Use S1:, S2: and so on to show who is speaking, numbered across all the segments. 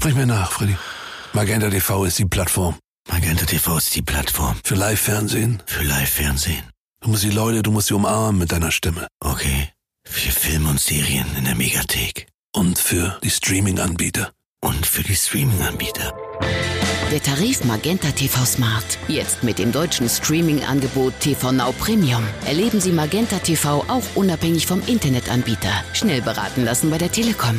S1: Sprich mir nach, Freddy. Magenta TV ist die Plattform.
S2: Magenta TV ist die Plattform.
S1: Für Live-Fernsehen?
S2: Für Live-Fernsehen.
S1: Du musst sie umarmen mit deiner Stimme.
S2: Okay. Für Filme und Serien in der Megathek.
S1: Und für die Streaming-Anbieter.
S3: Der Tarif Magenta TV Smart. Jetzt mit dem deutschen Streaming-Angebot TV Now Premium. Erleben Sie Magenta TV auch unabhängig vom Internetanbieter. Schnell beraten lassen bei der Telekom.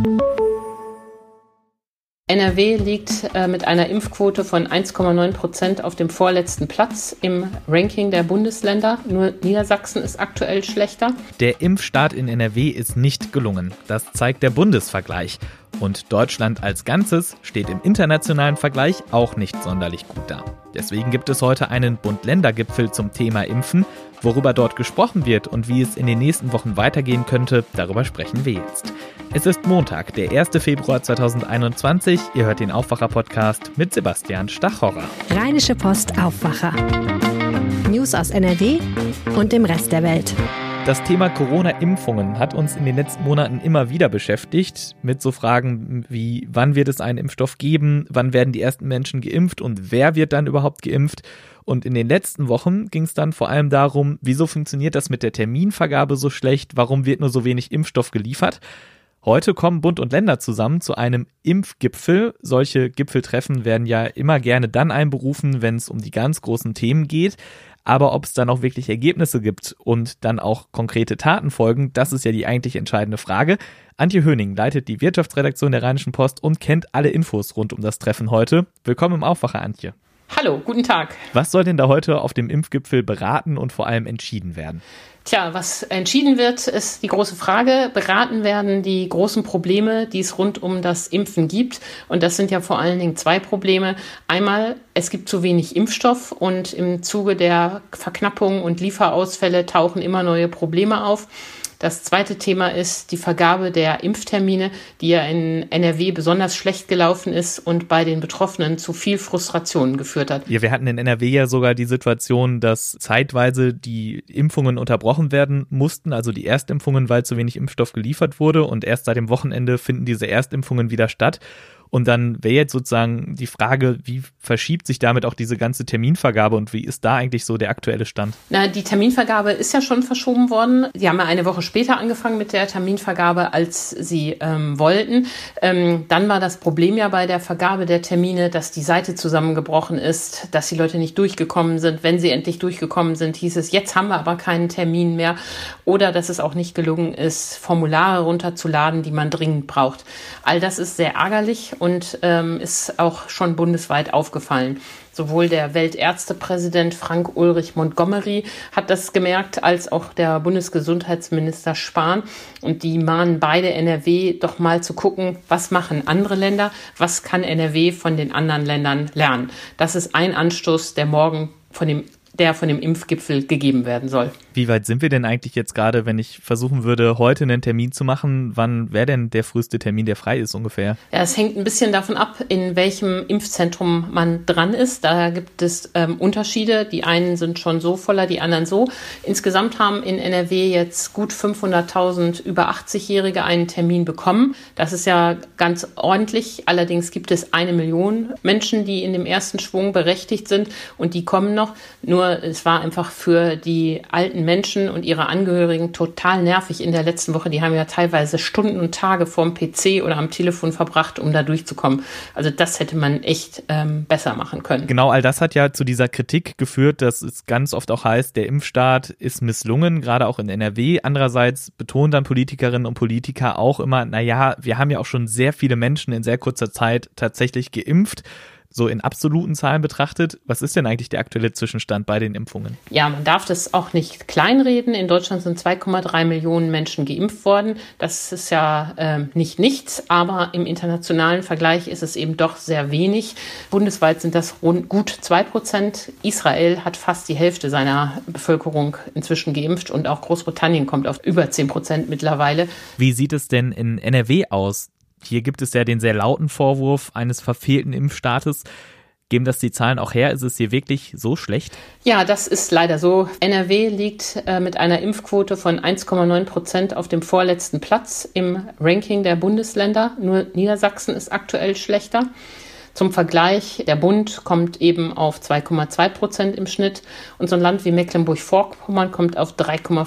S4: NRW liegt mit einer Impfquote von 1,9% auf dem vorletzten Platz im Ranking der Bundesländer. Nur Niedersachsen ist aktuell schlechter.
S5: Der Impfstart in NRW ist nicht gelungen. Das zeigt der Bundesvergleich. Und Deutschland als Ganzes steht im internationalen Vergleich auch nicht sonderlich gut da. Deswegen gibt es heute einen Bund-Länder-Gipfel zum Thema Impfen. Worüber dort gesprochen wird und wie es in den nächsten Wochen weitergehen könnte, darüber sprechen wir jetzt. Es ist Montag, der 1. Februar 2021. Ihr hört den Aufwacher-Podcast mit Sebastian Stachorra.
S6: Rheinische Post Aufwacher. News aus NRW und dem Rest der Welt.
S5: Das Thema Corona-Impfungen hat uns in den letzten Monaten immer wieder beschäftigt, mit so Fragen wie, wann wird es einen Impfstoff geben, wann werden die ersten Menschen geimpft und wer wird dann überhaupt geimpft? Und in den letzten Wochen ging es dann vor allem darum, wieso funktioniert das mit der Terminvergabe so schlecht, warum wird nur so wenig Impfstoff geliefert? Heute kommen Bund und Länder zusammen zu einem Impfgipfel. Solche Gipfeltreffen werden ja immer gerne dann einberufen, wenn es um die ganz großen Themen geht. Aber ob es dann auch wirklich Ergebnisse gibt und dann auch konkrete Taten folgen, das ist ja die eigentlich entscheidende Frage. Antje Höning leitet die Wirtschaftsredaktion der Rheinischen Post und kennt alle Infos rund um das Treffen heute. Willkommen im Aufwacher, Antje.
S4: Hallo, guten Tag.
S5: Was soll denn da heute auf dem Impfgipfel beraten und vor allem entschieden werden?
S4: Tja, was entschieden wird, ist die große Frage. Beraten werden die großen Probleme, die es rund um das Impfen gibt. Und das sind ja vor allen Dingen zwei Probleme. Einmal, es gibt zu wenig Impfstoff und im Zuge der Verknappung und Lieferausfälle tauchen immer neue Probleme auf. Das zweite Thema ist die Vergabe der Impftermine, die ja in NRW besonders schlecht gelaufen ist und bei den Betroffenen zu viel Frustration geführt hat.
S5: Ja, wir hatten in NRW ja sogar die Situation, dass zeitweise die Impfungen unterbrochen werden mussten, also die Erstimpfungen, weil zu wenig Impfstoff geliefert wurde und erst seit dem Wochenende finden diese Erstimpfungen wieder statt. Und dann wäre jetzt sozusagen die Frage, wie verschiebt sich damit auch diese ganze Terminvergabe und wie ist da eigentlich so der aktuelle Stand?
S4: Na, die Terminvergabe ist ja schon verschoben worden. Sie haben ja eine Woche später angefangen mit der Terminvergabe, als sie wollten. Dann war das Problem ja bei der Vergabe der Termine, dass die Seite zusammengebrochen ist, dass die Leute nicht durchgekommen sind. Wenn sie endlich durchgekommen sind, hieß es, jetzt haben wir aber keinen Termin mehr. Oder dass es auch nicht gelungen ist, Formulare runterzuladen, die man dringend braucht. All das ist sehr ärgerlich und ist auch schon bundesweit aufgefallen. Sowohl der Weltärztepräsident Frank-Ulrich Montgomery hat das gemerkt, als auch der Bundesgesundheitsminister Spahn. Und die mahnen beide NRW doch mal zu gucken, was machen andere Länder, was kann NRW von den anderen Ländern lernen. Das ist ein Anstoß, der morgen von dem Impfgipfel gegeben werden soll.
S5: Wie weit sind wir denn eigentlich jetzt gerade, wenn ich versuchen würde, heute einen Termin zu machen? Wann wäre denn der früheste Termin, der frei ist ungefähr?
S4: Ja, es hängt ein bisschen davon ab, in welchem Impfzentrum man dran ist. Da gibt es Unterschiede. Die einen sind schon so voller, die anderen so. Insgesamt haben in NRW jetzt gut 500.000 über 80-Jährige einen Termin bekommen. Das ist ja ganz ordentlich. Allerdings gibt es 1 Million Menschen, die in dem ersten Schwung berechtigt sind und die kommen noch. Nur es war einfach für die alten Menschen und ihre Angehörigen total nervig in der letzten Woche. Die haben ja teilweise Stunden und Tage vorm PC oder am Telefon verbracht, um da durchzukommen. Also das hätte man echt besser machen können.
S5: Genau, all das hat ja zu dieser Kritik geführt, dass es ganz oft auch heißt, der Impfstart ist misslungen, gerade auch in NRW. Andererseits betonen dann Politikerinnen und Politiker auch immer, naja, wir haben ja auch schon sehr viele Menschen in sehr kurzer Zeit tatsächlich geimpft. So in absoluten Zahlen betrachtet, was ist denn eigentlich der aktuelle Zwischenstand bei den Impfungen?
S4: Ja, man darf das auch nicht kleinreden. In Deutschland sind 2,3 Millionen Menschen geimpft worden. Das ist ja nicht nichts, aber im internationalen Vergleich ist es eben doch sehr wenig. Bundesweit sind das gut 2%. Israel hat fast die Hälfte seiner Bevölkerung inzwischen geimpft und auch Großbritannien kommt auf über 10% mittlerweile.
S5: Wie sieht es denn in NRW aus? Hier gibt es ja den sehr lauten Vorwurf eines verfehlten Impfstartes. Geben das die Zahlen auch her? Ist es hier wirklich so schlecht?
S4: Ja, das ist leider so. NRW liegt mit einer Impfquote von 1,9% auf dem vorletzten Platz im Ranking der Bundesländer. Nur Niedersachsen ist aktuell schlechter. Zum Vergleich, der Bund kommt eben auf 2,2% im Schnitt und so ein Land wie Mecklenburg-Vorpommern kommt auf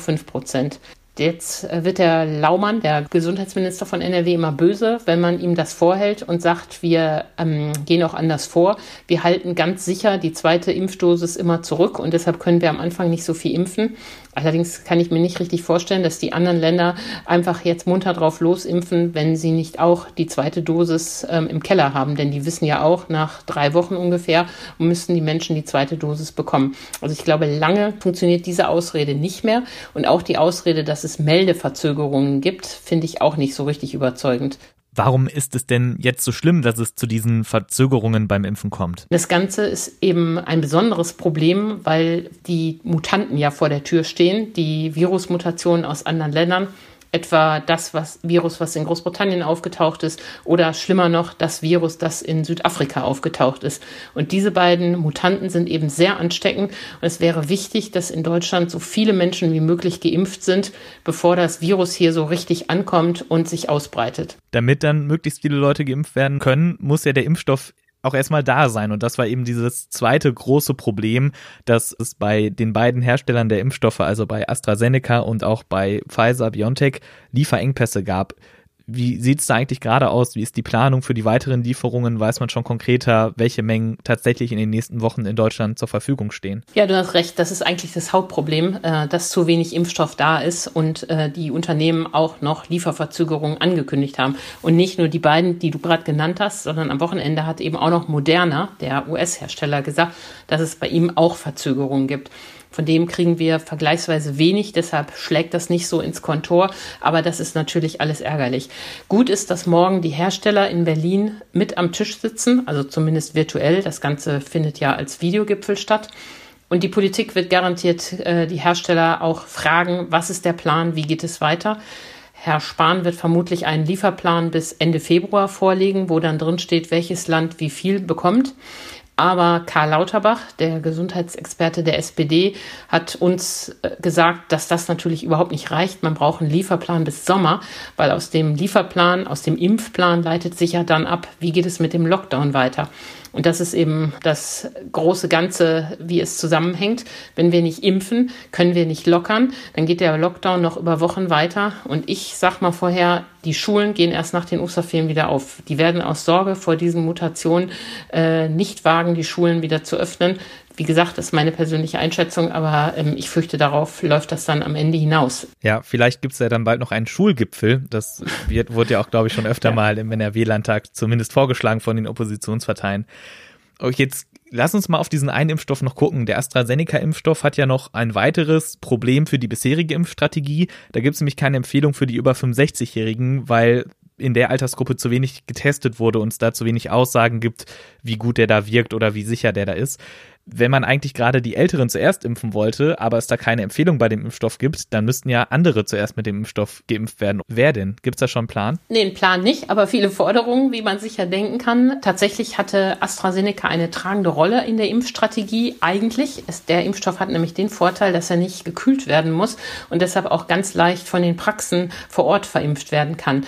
S4: 3,5%. Jetzt wird der Laumann, der Gesundheitsminister von NRW, immer böse, wenn man ihm das vorhält und sagt, wir gehen auch anders vor. Wir halten ganz sicher die zweite Impfdosis immer zurück und deshalb können wir am Anfang nicht so viel impfen. Allerdings kann ich mir nicht richtig vorstellen, dass die anderen Länder einfach jetzt munter drauf losimpfen, wenn sie nicht auch die zweite Dosis im Keller haben. Denn die wissen ja auch, nach 3 Wochen ungefähr müssten die Menschen die zweite Dosis bekommen. Also ich glaube, lange funktioniert diese Ausrede nicht mehr. Und auch die Ausrede, dass es Meldeverzögerungen gibt, finde ich auch nicht so richtig überzeugend.
S5: Warum ist es denn jetzt so schlimm, dass es zu diesen Verzögerungen beim Impfen kommt?
S4: Das Ganze ist eben ein besonderes Problem, weil die Mutanten ja vor der Tür stehen, die Virusmutationen aus anderen Ländern. Etwa das Virus, was in Großbritannien aufgetaucht ist oder schlimmer noch das Virus, das in Südafrika aufgetaucht ist. Und diese beiden Mutanten sind eben sehr ansteckend. Und es wäre wichtig, dass in Deutschland so viele Menschen wie möglich geimpft sind, bevor das Virus hier so richtig ankommt und sich ausbreitet.
S5: Damit dann möglichst viele Leute geimpft werden können, muss ja der Impfstoff auch erstmal da sein. Und das war eben dieses zweite große Problem, dass es bei den beiden Herstellern der Impfstoffe, also bei AstraZeneca und auch bei Pfizer-BioNTech, Lieferengpässe gab. Wie sieht es da eigentlich gerade aus? Wie ist die Planung für die weiteren Lieferungen? Weiß man schon konkreter, welche Mengen tatsächlich in den nächsten Wochen in Deutschland zur Verfügung stehen? Ja,
S4: du hast recht. Das ist eigentlich das Hauptproblem, dass zu wenig Impfstoff da ist und die Unternehmen auch noch Lieferverzögerungen angekündigt haben. Und nicht nur die beiden, die du gerade genannt hast, sondern am Wochenende hat eben auch noch Moderna, der US-Hersteller, gesagt, dass es bei ihm auch Verzögerungen gibt. Von dem kriegen wir vergleichsweise wenig, deshalb schlägt das nicht so ins Kontor, aber das ist natürlich alles ärgerlich. Gut ist, dass morgen die Hersteller in Berlin mit am Tisch sitzen, also zumindest virtuell. Das Ganze findet ja als Videogipfel statt. Und die Politik wird garantiert die Hersteller auch fragen, was ist der Plan, wie geht es weiter? Herr Spahn wird vermutlich einen Lieferplan bis Ende Februar vorlegen, wo dann drin steht, welches Land wie viel bekommt. Aber Karl Lauterbach, der Gesundheitsexperte der SPD, hat uns gesagt, dass das natürlich überhaupt nicht reicht. Man braucht einen Lieferplan bis Sommer, weil aus dem Lieferplan, aus dem Impfplan leitet sich ja dann ab, wie geht es mit dem Lockdown weiter. Und das ist eben das große Ganze, wie es zusammenhängt. Wenn wir nicht impfen, können wir nicht lockern. Dann geht der Lockdown noch über Wochen weiter. Und ich sag mal vorher, die Schulen gehen erst nach den Osterferien wieder auf. Die werden aus Sorge vor diesen Mutationen nicht wagen, die Schulen wieder zu öffnen. Wie gesagt, das ist meine persönliche Einschätzung, aber ich fürchte, darauf läuft das dann am Ende hinaus.
S5: Ja, vielleicht gibt es ja dann bald noch einen Schulgipfel. Das wurde ja auch, glaube ich, schon öfter mal im NRW-Landtag zumindest vorgeschlagen von den Oppositionsparteien. Jetzt lass uns mal auf diesen einen Impfstoff noch gucken. Der AstraZeneca-Impfstoff hat ja noch ein weiteres Problem für die bisherige Impfstrategie. Da gibt es nämlich keine Empfehlung für die über 65-Jährigen, weil in der Altersgruppe zu wenig getestet wurde und es da zu wenig Aussagen gibt, wie gut der da wirkt oder wie sicher der da ist. Wenn man eigentlich gerade die Älteren zuerst impfen wollte, aber es da keine Empfehlung bei dem Impfstoff gibt, dann müssten ja andere zuerst mit dem Impfstoff geimpft werden. Wer denn? Gibt es da schon einen Plan?
S4: Nee, einen Plan nicht, aber viele Forderungen, wie man sicher denken kann. Tatsächlich hatte AstraZeneca eine tragende Rolle in der Impfstrategie. Eigentlich ist der Impfstoff hat nämlich den Vorteil, dass er nicht gekühlt werden muss und deshalb auch ganz leicht von den Praxen vor Ort verimpft werden kann.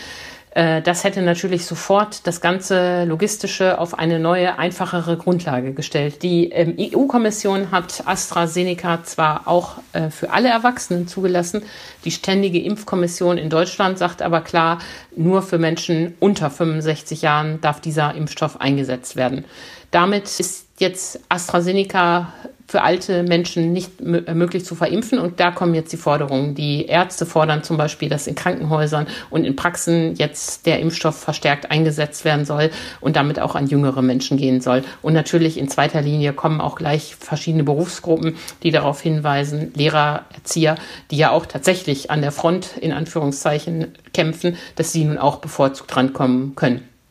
S4: Das hätte natürlich sofort das ganze Logistische auf eine neue, einfachere Grundlage gestellt. Die EU-Kommission hat AstraZeneca zwar auch für alle Erwachsenen zugelassen, die Ständige Impfkommission in Deutschland sagt aber klar, nur für Menschen unter 65 Jahren darf dieser Impfstoff eingesetzt werden. Damit ist jetzt AstraZeneca für alte Menschen nicht möglich zu verimpfen. Und da kommen jetzt die Forderungen. Die Ärzte fordern zum Beispiel, dass in Krankenhäusern und in Praxen jetzt der Impfstoff verstärkt eingesetzt werden soll und damit auch an jüngere Menschen gehen soll. Und natürlich in zweiter Linie kommen auch gleich verschiedene Berufsgruppen, die darauf hinweisen, Lehrer, Erzieher, die ja auch tatsächlich an der Front in Anführungszeichen kämpfen, dass sie nun auch bevorzugt drankommen können.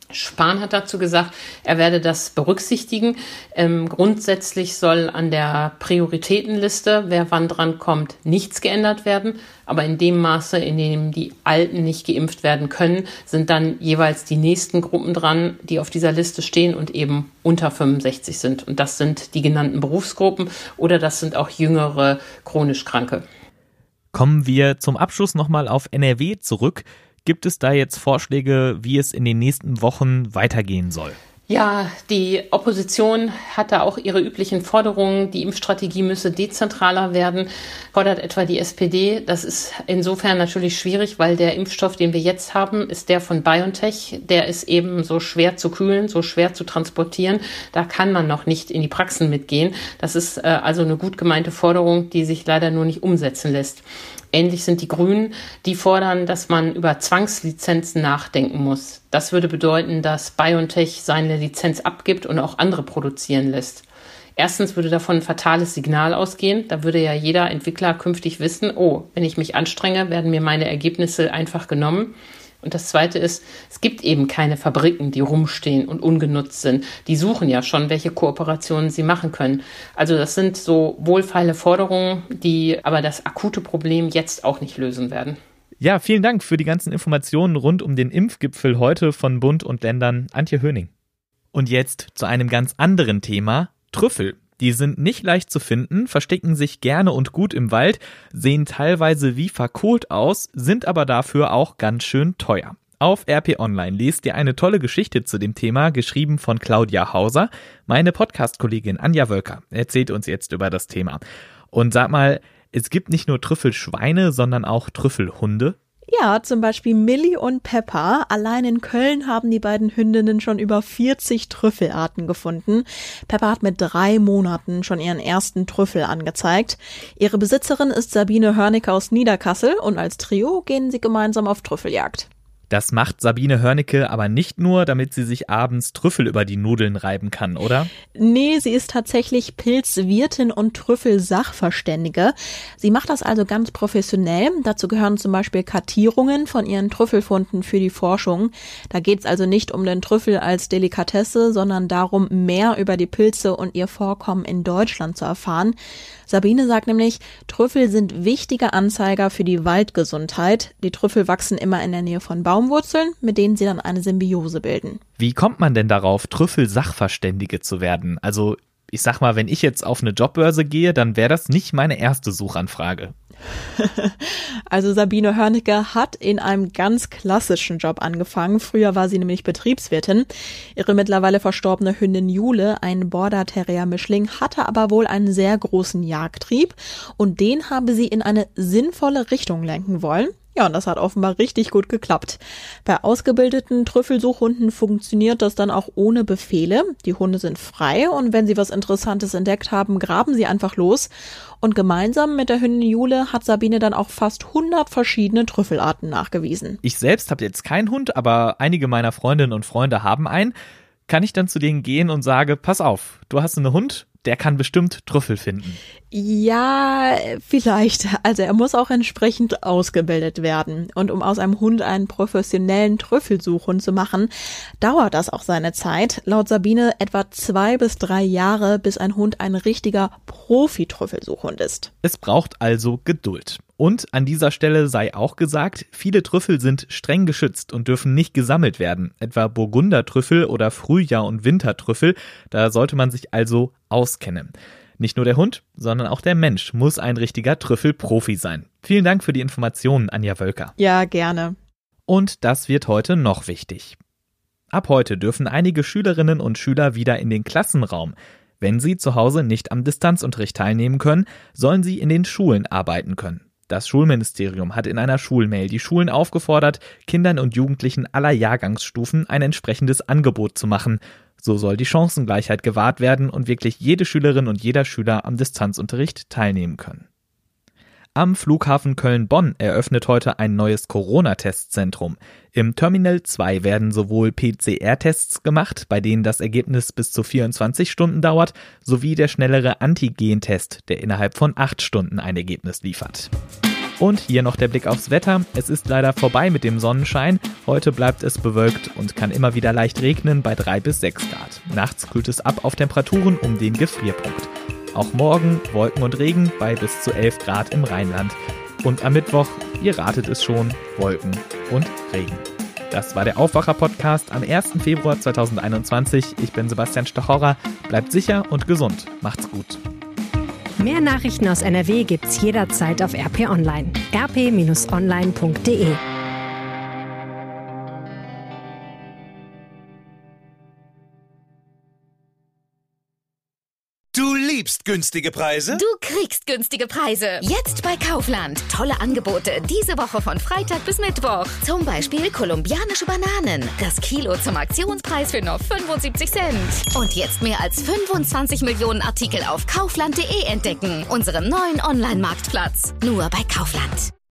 S4: Spahn hat dazu gesagt, er werde das berücksichtigen. Grundsätzlich soll an der Prioritätenliste, wer wann dran kommt, nichts geändert werden. Aber in dem Maße, in dem die Alten nicht geimpft werden können, sind dann jeweils die nächsten Gruppen dran, die auf dieser Liste stehen und eben unter 65 sind. Und das sind die genannten Berufsgruppen oder das sind auch jüngere chronisch Kranke.
S5: Kommen wir zum Abschluss nochmal auf NRW zurück. Gibt es da jetzt Vorschläge, wie es in den nächsten Wochen weitergehen soll?
S4: Ja, die Opposition hat da auch ihre üblichen Forderungen. Die Impfstrategie müsse dezentraler werden, fordert etwa die SPD. Das ist insofern natürlich schwierig, weil der Impfstoff, den wir jetzt haben, ist der von BioNTech. Der ist eben so schwer zu kühlen, so schwer zu transportieren. Da kann man noch nicht in die Praxen mitgehen. Das ist also eine gut gemeinte Forderung, die sich leider nur nicht umsetzen lässt. Ähnlich sind die Grünen, die fordern, dass man über Zwangslizenzen nachdenken muss. Das würde bedeuten, dass BioNTech seine Lizenz abgibt und auch andere produzieren lässt. Erstens würde davon ein fatales Signal ausgehen. Da würde ja jeder Entwickler künftig wissen, oh, wenn ich mich anstrenge, werden mir meine Ergebnisse einfach genommen. Und das Zweite ist, es gibt eben keine Fabriken, die rumstehen und ungenutzt sind. Die suchen ja schon, welche Kooperationen sie machen können. Also das sind so wohlfeile Forderungen, die aber das akute Problem jetzt auch nicht lösen werden.
S5: Ja, vielen Dank für die ganzen Informationen rund um den Impfgipfel heute von Bund und Ländern. Antje Höning. Und jetzt zu einem ganz anderen Thema, Trüffel. Die sind nicht leicht zu finden, verstecken sich gerne und gut im Wald, sehen teilweise wie verkohlt aus, sind aber dafür auch ganz schön teuer. Auf RP Online lest ihr eine tolle Geschichte zu dem Thema, geschrieben von Claudia Hauser. Meine Podcast-Kollegin Anja Wölker erzählt uns jetzt über das Thema. Und sag mal, es gibt nicht nur Trüffelschweine, sondern auch Trüffelhunde.
S7: Ja, zum Beispiel Millie und Peppa. Allein in Köln haben die beiden Hündinnen schon über 40 Trüffelarten gefunden. Peppa hat mit 3 Monaten schon ihren ersten Trüffel angezeigt. Ihre Besitzerin ist Sabine Hörnicke aus Niederkassel und als Trio gehen sie gemeinsam auf Trüffeljagd.
S5: Das macht Sabine Hörnicke aber nicht nur, damit sie sich abends Trüffel über die Nudeln reiben kann, oder?
S7: Nee, sie ist tatsächlich Pilzwirtin und Trüffelsachverständige. Sie macht das also ganz professionell. Dazu gehören zum Beispiel Kartierungen von ihren Trüffelfunden für die Forschung. Da geht's also nicht um den Trüffel als Delikatesse, sondern darum, mehr über die Pilze und ihr Vorkommen in Deutschland zu erfahren. Sabine sagt nämlich, Trüffel sind wichtige Anzeiger für die Waldgesundheit. Die Trüffel wachsen immer in der Nähe von Baumwurzeln, mit denen sie dann eine Symbiose bilden.
S5: Wie kommt man denn darauf, Trüffelsachverständige zu werden? Also ich sag mal, wenn ich jetzt auf eine Jobbörse gehe, dann wäre das nicht meine erste Suchanfrage.
S7: Also Sabine Hörnicke hat in einem ganz klassischen Job angefangen. Früher war sie nämlich Betriebswirtin. Ihre mittlerweile verstorbene Hündin Jule, ein Border Terrier Mischling, hatte aber wohl einen sehr großen Jagdtrieb und den habe sie in eine sinnvolle Richtung lenken wollen. Ja, und das hat offenbar richtig gut geklappt. Bei ausgebildeten Trüffelsuchhunden funktioniert das dann auch ohne Befehle. Die Hunde sind frei und wenn sie was Interessantes entdeckt haben, graben sie einfach los. Und gemeinsam mit der Hündin Jule hat Sabine dann auch fast 100 verschiedene Trüffelarten nachgewiesen.
S5: Ich selbst habe jetzt keinen Hund, aber einige meiner Freundinnen und Freunde haben einen. Kann ich dann zu denen gehen und sage, pass auf, du hast einen Hund, der kann bestimmt Trüffel finden.
S7: Ja, vielleicht. Also er muss auch entsprechend ausgebildet werden. Und um aus einem Hund einen professionellen Trüffelsuchhund zu machen, dauert das auch seine Zeit. Laut Sabine etwa 2 bis 3 Jahre, bis ein Hund ein richtiger Profi-Trüffelsuchhund ist.
S5: Es braucht also Geduld. Und an dieser Stelle sei auch gesagt, viele Trüffel sind streng geschützt und dürfen nicht gesammelt werden, etwa Burgundertrüffel oder Frühjahr- und Wintertrüffel, da sollte man sich also auskennen. Nicht nur der Hund, sondern auch der Mensch muss ein richtiger Trüffelprofi sein. Vielen Dank für die Informationen, Anja Wölker.
S7: Ja, gerne.
S5: Und das wird heute noch wichtig. Ab heute dürfen einige Schülerinnen und Schüler wieder in den Klassenraum. Wenn sie zu Hause nicht am Distanzunterricht teilnehmen können, sollen sie in den Schulen arbeiten können. Das Schulministerium hat in einer Schulmail die Schulen aufgefordert, Kindern und Jugendlichen aller Jahrgangsstufen ein entsprechendes Angebot zu machen. So soll die Chancengleichheit gewahrt werden und wirklich jede Schülerin und jeder Schüler am Distanzunterricht teilnehmen können. Am Flughafen Köln-Bonn eröffnet heute ein neues Corona-Testzentrum. Im Terminal 2 werden sowohl PCR-Tests gemacht, bei denen das Ergebnis bis zu 24 Stunden dauert, sowie der schnellere Antigen-Test, der innerhalb von 8 Stunden ein Ergebnis liefert. Und hier noch der Blick aufs Wetter. Es ist leider vorbei mit dem Sonnenschein. Heute bleibt es bewölkt und kann immer wieder leicht regnen bei 3 bis 6 Grad. Nachts kühlt es ab auf Temperaturen um den Gefrierpunkt. Auch morgen Wolken und Regen bei bis zu 11 Grad im Rheinland. Und am Mittwoch, ihr ratet es schon, Wolken und Regen. Das war der Aufwacher-Podcast am 1. Februar 2021. Ich bin Sebastian Stachorra. Bleibt sicher und gesund. Macht's gut.
S6: Mehr Nachrichten aus NRW gibt's jederzeit auf RP Online. rp-online.de
S2: Du liebst günstige Preise?
S8: Du kriegst günstige Preise. Jetzt bei Kaufland. Tolle Angebote diese Woche von Freitag bis Mittwoch. Zum Beispiel kolumbianische Bananen. Das Kilo zum Aktionspreis für nur 75 Cent. Und jetzt mehr als 25 Millionen Artikel auf kaufland.de entdecken. Unserem neuen Online-Marktplatz. Nur bei Kaufland.